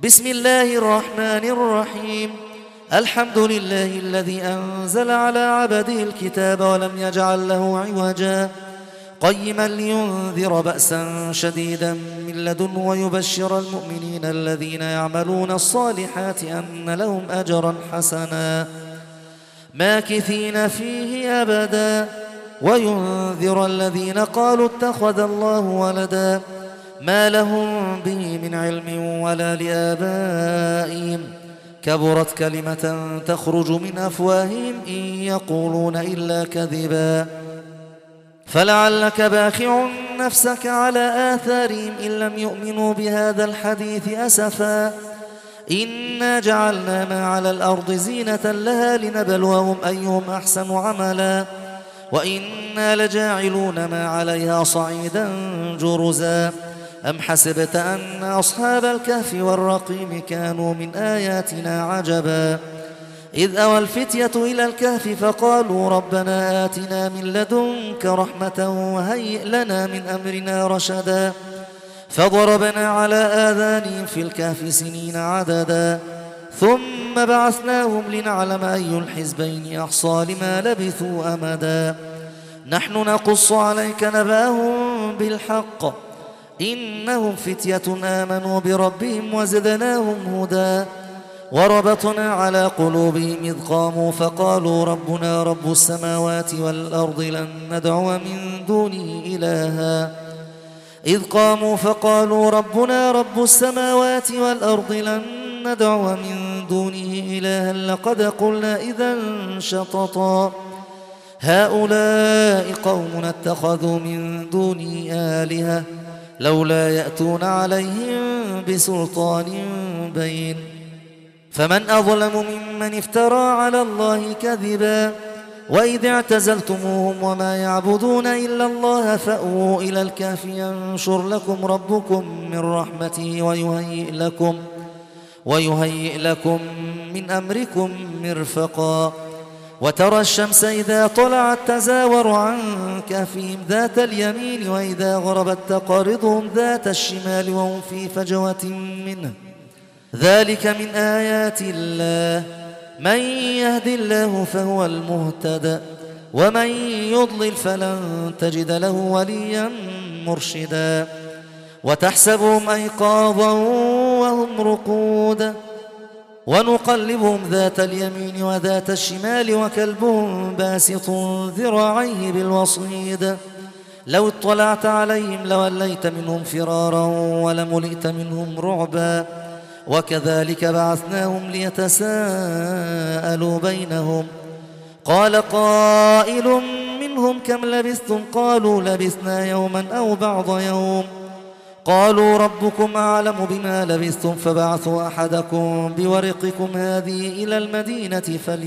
بسم الله الرحمن الرحيم. الحمد لله الذي أنزل على عبده الكتاب ولم يجعل له عوجا قيما لينذر بأسا شديدا من لدنه ويبشر المؤمنين الذين يعملون الصالحات أن لهم أجرا حسنا ماكثين فيه أبدا وينذر الذين قالوا اتخذ الله ولدا ما لهم به من علم ولا لآبائهم كبرت كلمة تخرج من أفواههم إن يقولون إلا كذبا فلعلك باخع نفسك على آثارهم إن لم يؤمنوا بهذا الحديث أسفا إنا جعلنا ما على الأرض زينة لها لنبلوهم أيهم أحسن عملا وإنا لجاعلون ما عليها صعيدا جرزا أم حسبت أن أصحاب الكهف والرقيم كانوا من آياتنا عجبا إذ أوى الفتية إلى الكهف فقالوا ربنا آتنا من لدنك رحمة وهيئ لنا من أمرنا رشدا فضربنا على آذانهم في الكهف سنين عددا ثم بعثناهم لنعلم أي الحزبين أحصى لما لبثوا أمدا نحن نقص عليك نبأهم بالحق إنهم فتية آمنوا بربهم وزدناهم هدى وربطنا على قلوبهم إذ قاموا فقالوا ربنا رب السماوات والأرض لن ندعو من دونه إلها إذ قاموا فقالوا ربنا رب السماوات والأرض لن ندعو من دونه إلها لقد قلنا إذا شططا هؤلاء قوم اتخذوا من دونه آلهة لولا يأتون عليهم بسلطان بين فمن أظلم ممن افترى على الله كذبا وإذ اعتزلتموهم وما يعبدون إلا الله فأووا إلى الكهف ينشر لكم ربكم من رحمته ويهيئ لكم من أمركم مرفقا وترى الشمس إذا طلعت تزاور عن كهفهم ذات اليمين وإذا غربت تقرضهم ذات الشمال وهم في فجوة منه ذلك من آيات الله من يهد الله فهو المهتد ومن يضلل فلن تجد له وليا مرشدا وتحسبهم أيقاظا وهم رقود ونقلبهم ذات اليمين وذات الشمال وكلبهم باسط ذراعيه بالوصيد لو اطلعت عليهم لوليت منهم فرارا ولملئت منهم رعبا وكذلك بعثناهم ليتساءلوا بينهم قال قائل منهم كم لبثتم قالوا لبثنا يوما أو بعض يوم قالوا ربكم أعلم بما لبثتم فبعثوا أحدكم بورقكم هذه إلى المدينة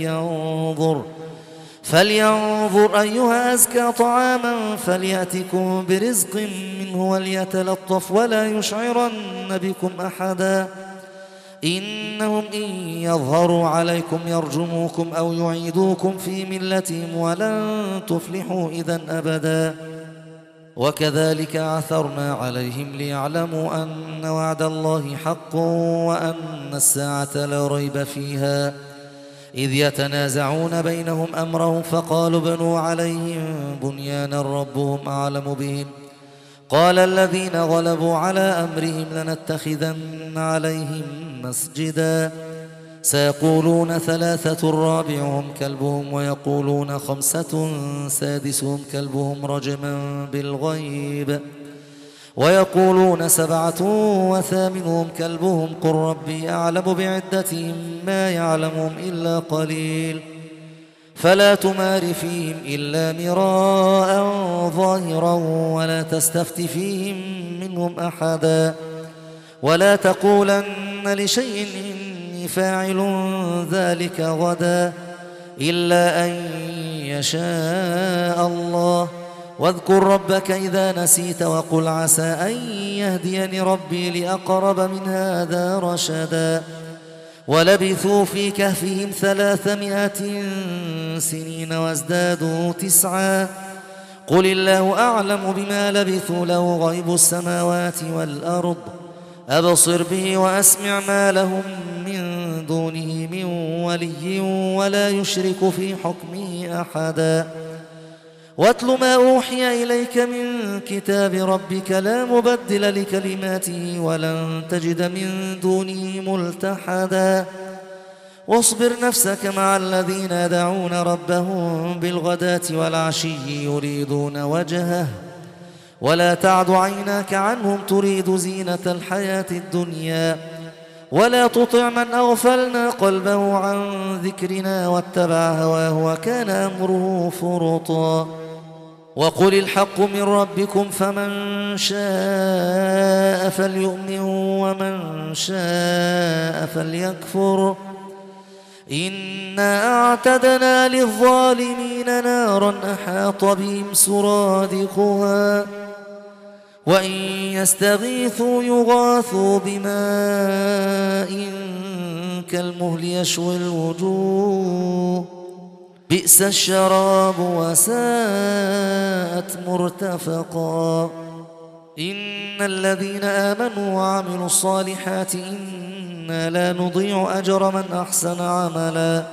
فلينظر أيها أزكى طعاما فليأتكم برزق منه وليتلطف ولا يشعرن بكم أحدا إنهم إن يظهروا عليكم يرجموكم أو يعيدوكم في ملتهم ولن تفلحوا إذا أبدا وكذلك عثرنا عليهم ليعلموا أن وعد الله حق وأن الساعة لا ريب فيها إذ يتنازعون بينهم أمرهم فقالوا بنوا عليهم بنيانا ربهم أعلم بهم قال الذين غلبوا على أمرهم لنتخذن عليهم مسجدا سيقولون ثلاثة رابعهم كلبهم ويقولون خمسة سادسهم كلبهم رجما بالغيب ويقولون سبعة وثامنهم كلبهم قل ربي أعلم بعدتهم ما يعلمهم إلا قليل فلا تمار فيهم إلا مراء ظاهرا ولا تستفت فيهم منهم أحدا ولا تقولن لشيء إني فاعل ذلك غدا إلا أن يشاء الله واذكر ربك إذا نسيت وقل عسى أن يهديني ربي لأقرب من هذا رشدا ولبثوا في كهفهم 300 سنين وازدادوا 9 قل الله أعلم بما لبثوا له غيب السماوات والأرض أبصر به وأسمع ما لهم من دونه من ولي ولا يشرك في حكمه أحدا واتل ما أوحي إليك من كتاب ربك لا مبدل لكلماته ولن تجد من دونه ملتحدا واصبر نفسك مع الذين يدعون ربهم بالغداة والعشي يريدون وجهه ولا تعد عيناك عنهم تريد زينة الحياة الدنيا ولا تطع من أغفلنا قلبه عن ذكرنا واتبع هواه وكان أمره فرطا وقل الحق من ربكم فمن شاء فليؤمن ومن شاء فليكفر إنا أعتدنا للظالمين نارا أحاط بهم سرادقها وإن يستغيثوا يغاثوا بماء كالمهل يشوي الوجوه بئس الشراب وساءت مرتفقا إن الذين آمنوا وعملوا الصالحات إنا لا نضيع أجر من أحسن عملا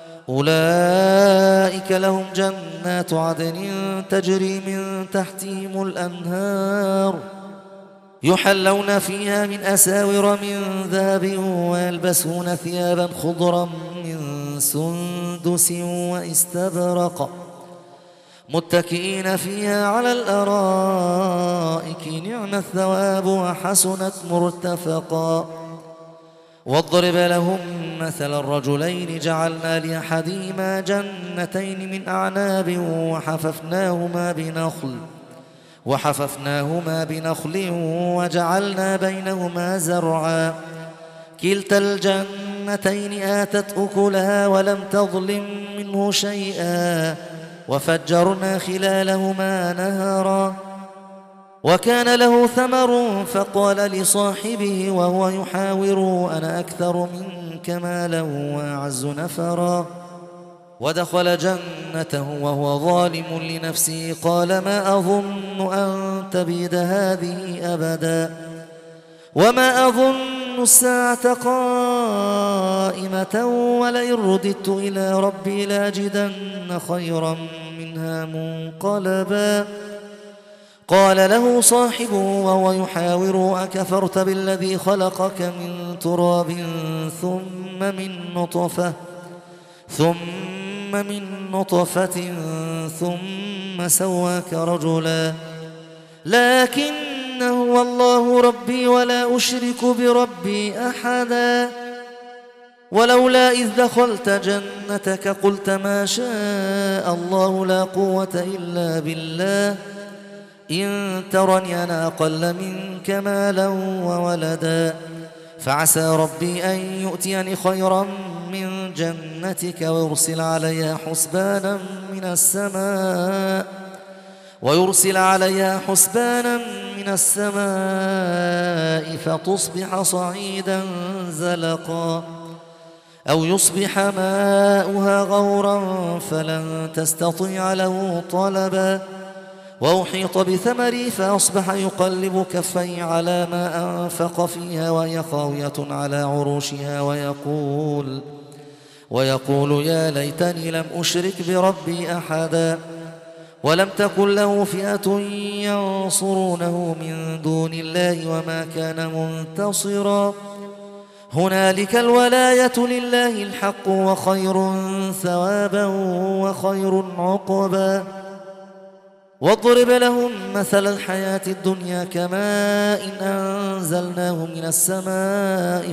أولئك لهم جنات عدن تجري من تحتهم الأنهار يحلون فيها من أساور من ذهب ويلبسون ثيابا خضرا من سندس واستبرق متكئين فيها على الأرائك نعم الثواب وحسنت مرتفقا واضرب لهم مثل الرجلين جعلنا لأحدهما جنتين من أعناب وحففناهما بنخل وجعلنا بينهما زرعا كلتا الجنتين آتت أكلها ولم تظلم منه شيئا وفجرنا خلالهما نهرا وكان له ثمر فقال لصاحبه وهو يحاور أنا أكثر منك مالا وأعز نفرا ودخل جنته وهو ظالم لنفسه قال ما أظن أن تبيد هذه أبدا وما أظن الساعة قائمة ولئن رددت إلى ربي لأجدن خيرا منها منقلبا قال له صاحبه وهو يحاوره أكفرت بالذي خلقك من تراب ثم من نطفة ثم سواك رجلا لكن هو الله ربي ولا أشرك بربي أحدا ولولا إذ دخلت جنتك قلت ما شاء الله لا قوة إلا بالله إن ترني أنا أقل منك مالا وولدا فعسى ربي أن يؤتيني خيرا من جنتك ويرسل عليها حسبانا من السماء فتصبح صعيدا زلقا أو يصبح ماؤها غورا فلن تستطيع له طلبا وأحيط بثمره فأصبح يقلب كفيه على ما أنفق فيها وهي خاوية على عروشها ويقول يا ليتني لم أشرك بربي أحدا ولم تكن له فئة ينصرونه من دون الله وما كان منتصرا هنالك الولاية لله الحق وخير ثوابا وخير عقبا واضرب لهم مثل الحياة الدنيا كماء إن أنزلناه من السماء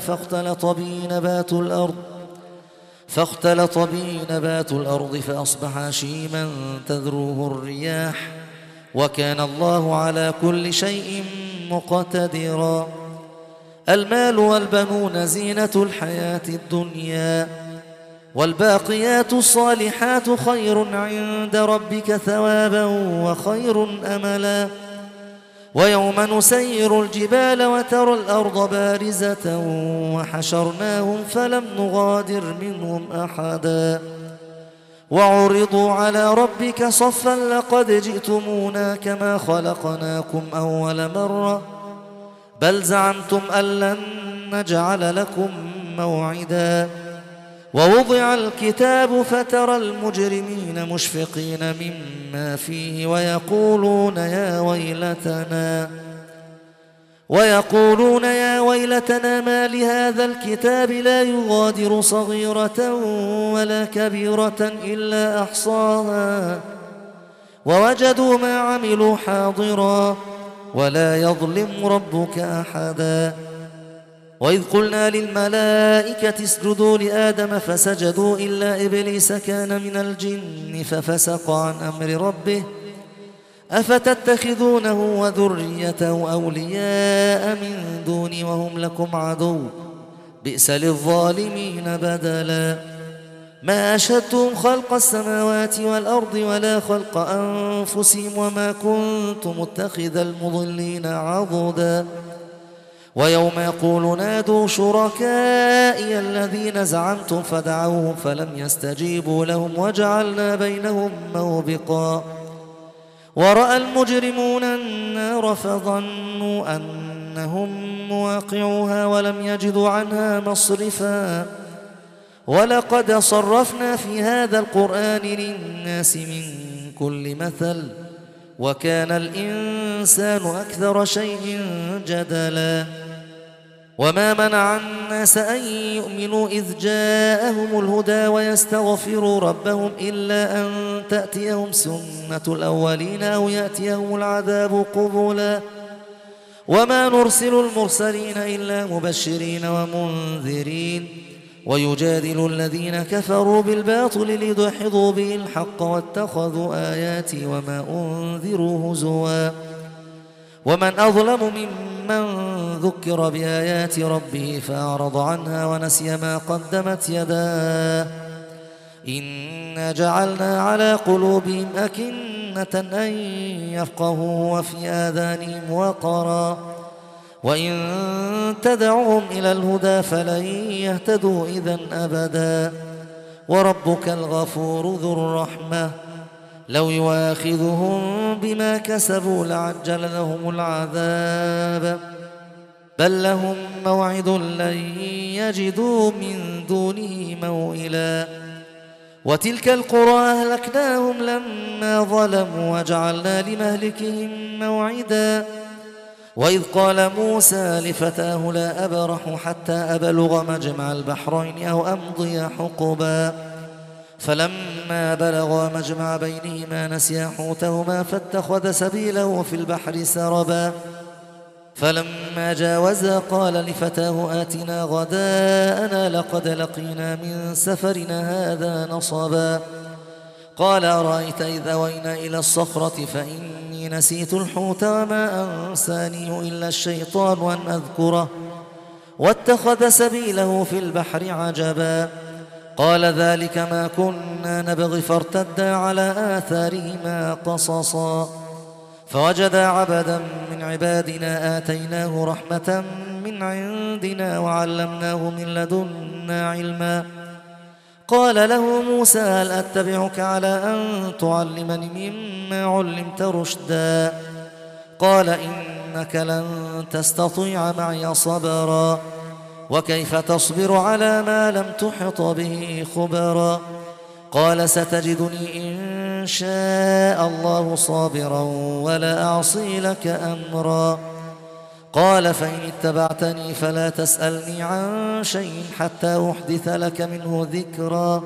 فاختلط به نبات الأرض فأصبح هشيما تذروه الرياح وكان الله على كل شيء مقتدرا المال والبنون زينة الحياة الدنيا والباقيات الصالحات خير عند ربك ثوابا وخير أملا ويوم نسير الجبال وترى الأرض بارزة وحشرناهم فلم نغادر منهم أحدا وعرضوا على ربك صفا لقد جئتمونا كما خلقناكم أول مرة بل زعمتم أن لن نجعل لكم موعدا ووضع الكتاب فترى المجرمين مشفقين مما فيه ويقولون يا ويلتنا ما لهذا الكتاب لا يغادر صغيرة ولا كبيرة إلا أحصاها ووجدوا ما عملوا حاضرا ولا يظلم ربك أحدا وإذ قلنا للملائكة اسجدوا لآدم فسجدوا إلا إبليس كان من الجن ففسق عن أمر ربه أفتتخذونه وذريته أولياء من دوني وهم لكم عدو بئس للظالمين بدلا ما أشهدتهم خلق السماوات والأرض ولا خلق أنفسهم وما كنت متخذ المضلين عضدا ويوم يقول نادوا شركائي الذين زعمتم فدعوهم فلم يستجيبوا لهم وجعلنا بينهم موبقا ورأى المجرمون النار فظنوا أنهم مواقعوها ولم يجدوا عنها مصرفا ولقد صرفنا في هذا القرآن للناس من كل مثل وكان الإنسان أكثر شيء جدلا وما منع الناس أن يؤمنوا إذ جاءهم الهدى ويستغفروا ربهم إلا أن تأتيهم سنة الأولين أو يأتيهم العذاب قبلا وما نرسل المرسلين إلا مبشرين ومنذرين ويجادل الذين كفروا بالباطل ليدحضوا به الحق واتخذوا آياتي وما أنذروا هزوا ومن أظلم ممن ذكر بآيات ربه فأعرض عنها ونسي ما قدمت يداه إنا جعلنا على قلوبهم أكنة أن يفقهوا وفي آذانهم وقرا وإن تدعهم إلى الهدى فلن يهتدوا إذن أبدا وربك الغفور ذو الرحمة لو يواخذهم بما كسبوا لعجل لهم العذاب بل لهم موعد لن يجدوا من دونه موئلا وتلك القرى أهلكناهم لما ظلموا وجعلنا لمهلكهم موعدا وإذ قال موسى لفتاه لا أبرح حتى أبلغ مجمع البحرين أو أمضي حقبا فلما بلغا مجمع بينهما نسيا حوتهما فاتخذ سبيله في البحر سربا فلما جاوزا قال لفتاه آتنا غداءنا لقد لقينا من سفرنا هذا نصبا قال أرأيت إذ أوينا إلى الصخرة فإني نسيت الحوت وما أنسانيه إلا الشيطان أن أذكره واتخذ سبيله في البحر عجبا قال ذلك ما كنا نبغي فارتدا على آثارهما قصصا فوجدا عبدا من عبادنا آتيناه رحمة من عندنا وعلمناه من لدنا علما قال له موسى هل أتبعك على أن تعلمني مما علمت رشدا قال إنك لن تستطيع معي صبرا وكيف تصبر على ما لم تحط به خبرا قال ستجدني إن شاء الله صابرا ولا أعصي لك أمرا قال فإن اتبعتني فلا تسألني عن شيء حتى أحدث لك منه ذكرا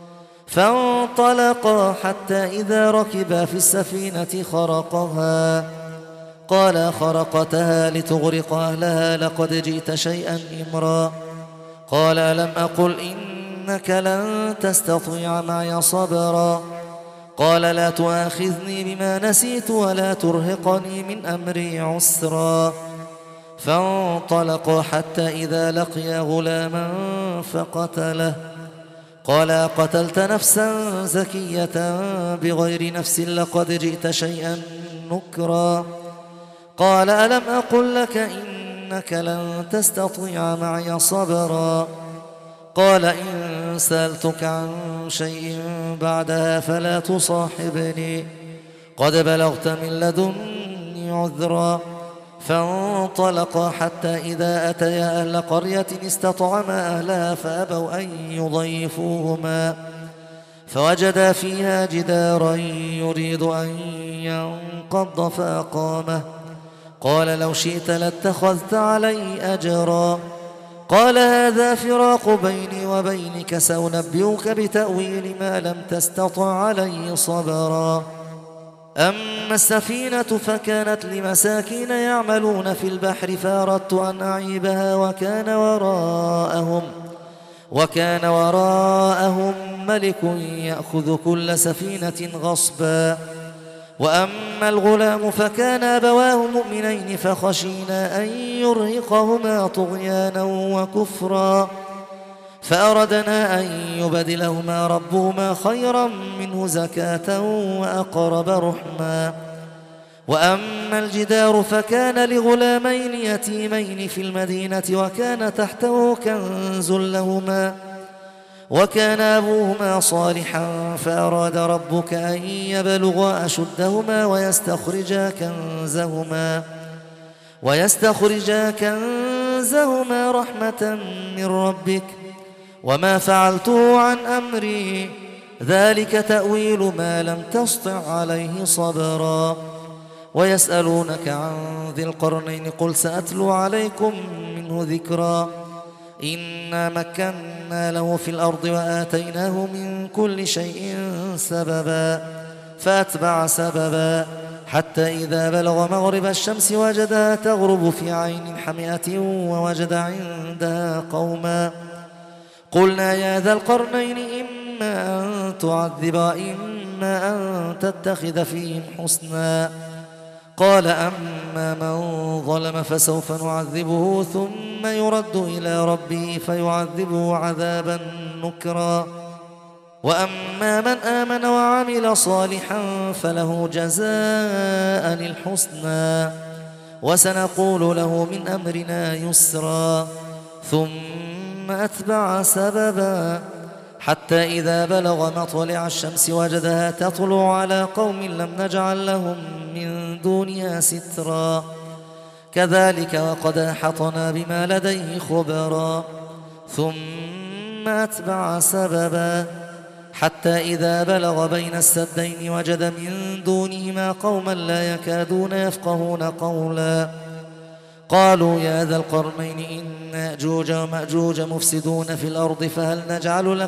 فانطلقا حتى إذا ركبا في السفينة خرقها قال خرقتها لتغرق أهلها لقد جئت شيئا إمرا قال ألم أقل إنك لن تستطيع معي صبرا قال لا تؤاخذني بما نسيت ولا ترهقني من أمري عسرا فانطلقوا حتى إذا لقيا غلاما فقتله قال قتلت نفسا زكية بغير نفس لقد جئت شيئا نكرا قال ألم أقل لك إنك لن تستطيع معي صبرا قال إن سألتك عن شيء بعدها فلا تصاحبني قد بلغت من لدني عذرا فانطلقا حتى إذا أتيا أهل قرية استطعما أهلها فأبوا أن يضيفوهما فوجدا فيها جدارا يريد أن ينقض فأقامه قال لو شئت لاتخذت عليه أجرا قال هذا فراق بيني وبينك سأنبئك بتأويل ما لم تستطع عليه صبرا أما السفينة فكانت لمساكين يعملون في البحر فأردت أن أعيبها وكان وراءهم ملك يأخذ كل سفينة غصبا وأما الغلام فكان أبواه مؤمنين فخشينا أن يرهقهما طغيانا وكفرا فأردنا أن يبدلهما ربهما خيرا منه زكاة وأقرب رحما وأما الجدار فكان لغلامين يتيمين في المدينة وكان تحته كنز لهما وكان أبوهما صالحا فأراد ربك أن يبلغا أشدهما ويستخرجا كنزهما رحمة من ربك وما فعلته عن أمري ذلك تأويل ما لم تسطع عليه صبرا ويسألونك عن ذي القرنين قل سأتلو عليكم منه ذكرا إنا مكنا له في الأرض وآتيناه من كل شيء سببا فأتبع سببا حتى إذا بلغ مغرب الشمس وجدها تغرب في عين حمئة ووجد عندها قوما قلنا يا ذا القرنين إما أن تعذب وإما أن تتخذ فيهم حسنا قال أما من ظلم فسوف نعذبه ثم يرد إلى ربه فيعذبه عذابا نكرا وأما من آمن وعمل صالحا فله جزاء الحسنى وسنقول له من أمرنا يسرا ثم أتبع سببا حتى إذا بلغ مطلع الشمس وجدها تطلع على قوم لم نجعل لهم من دونها سترا كذلك وقد أحطنا بما لديه خبرا ثم أتبع سببا حتى إذا بلغ بين السدين وجد من دونهما قوما لا يكادون يفقهون قولا قالوا يا ذا القرنين إن يأجوج ومأجوج مفسدون في الأرض فهل نجعل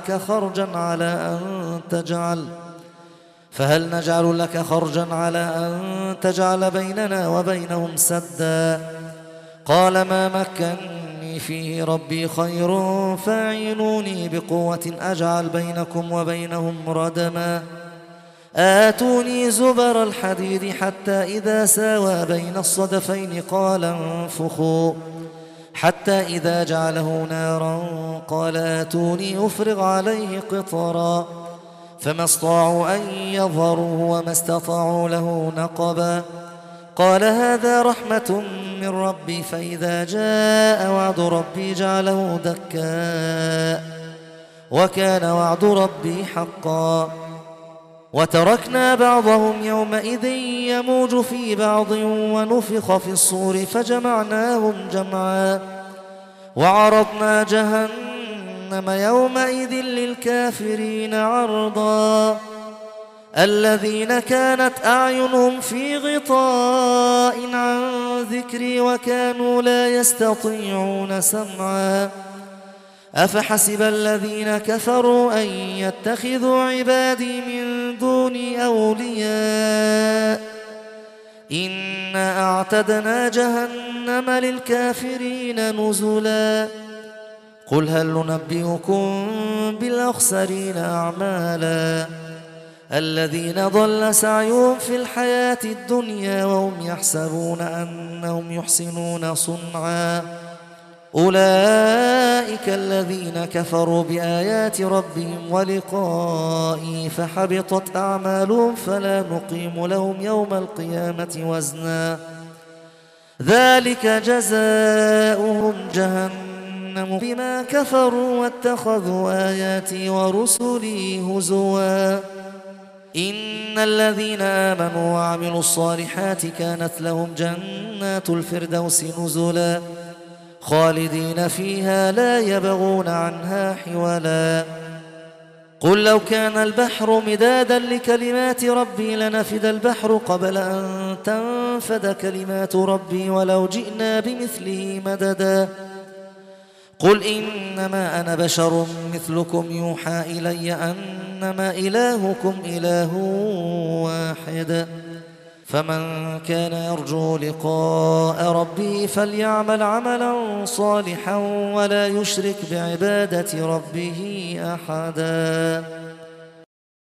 لك خرجا على أن تجعل بيننا وبينهم سدا قال ما مكنني فيه ربي خير فاعينوني بقوة أجعل بينكم وبينهم ردما آتوني زبر الحديد حتى إذا ساوى بين الصدفين قال انفخوا حتى إذا جعله نارا قال آتوني أفرغ عليه قطرا فما استطاعوا أن يظهروه وما استطاعوا له نقبا قال هذا رحمة من ربي فإذا جاء وعد ربي جعله دكا وكان وعد ربي حقا وتركنا بعضهم يومئذ يموج في بعض ونفخ في الصور فجمعناهم جمعا وعرضنا جهنم يومئذ للكافرين عرضا الذين كانت أعينهم في غطاء عن ذكري وكانوا لا يستطيعون سمعا أفحسب الذين كفروا أن يتخذوا عبادي من دوني أولياء إنا أعتدنا جهنم للكافرين نزلا قل هل ننبئكم بالأخسرين أعمالا الذين ضل سعيهم في الحياة الدنيا وهم يحسبون أنهم يحسنون صنعا أولئك الذين كفروا بآيات ربهم ولقائه فحبطت أعمالهم فلا نقيم لهم يوم القيامة وزنا ذلك جزاؤهم جهنم بما كفروا واتخذوا آياتي ورسلي هزوا إن الذين آمنوا وعملوا الصالحات كانت لهم جنات الفردوس نزلا خالدين فيها لا يبغون عنها حولا قل لو كان البحر مدادا لكلمات ربي لنفد البحر قبل أن تنفد كلمات ربي ولو جئنا بمثله مددا قل إنما أنا بشر مثلكم يوحى إلي أنما إلهكم إله واحد فمن كان يرجو لقاء ربه فليعمل عملا صالحا ولا يشرك بعبادة ربه أحدا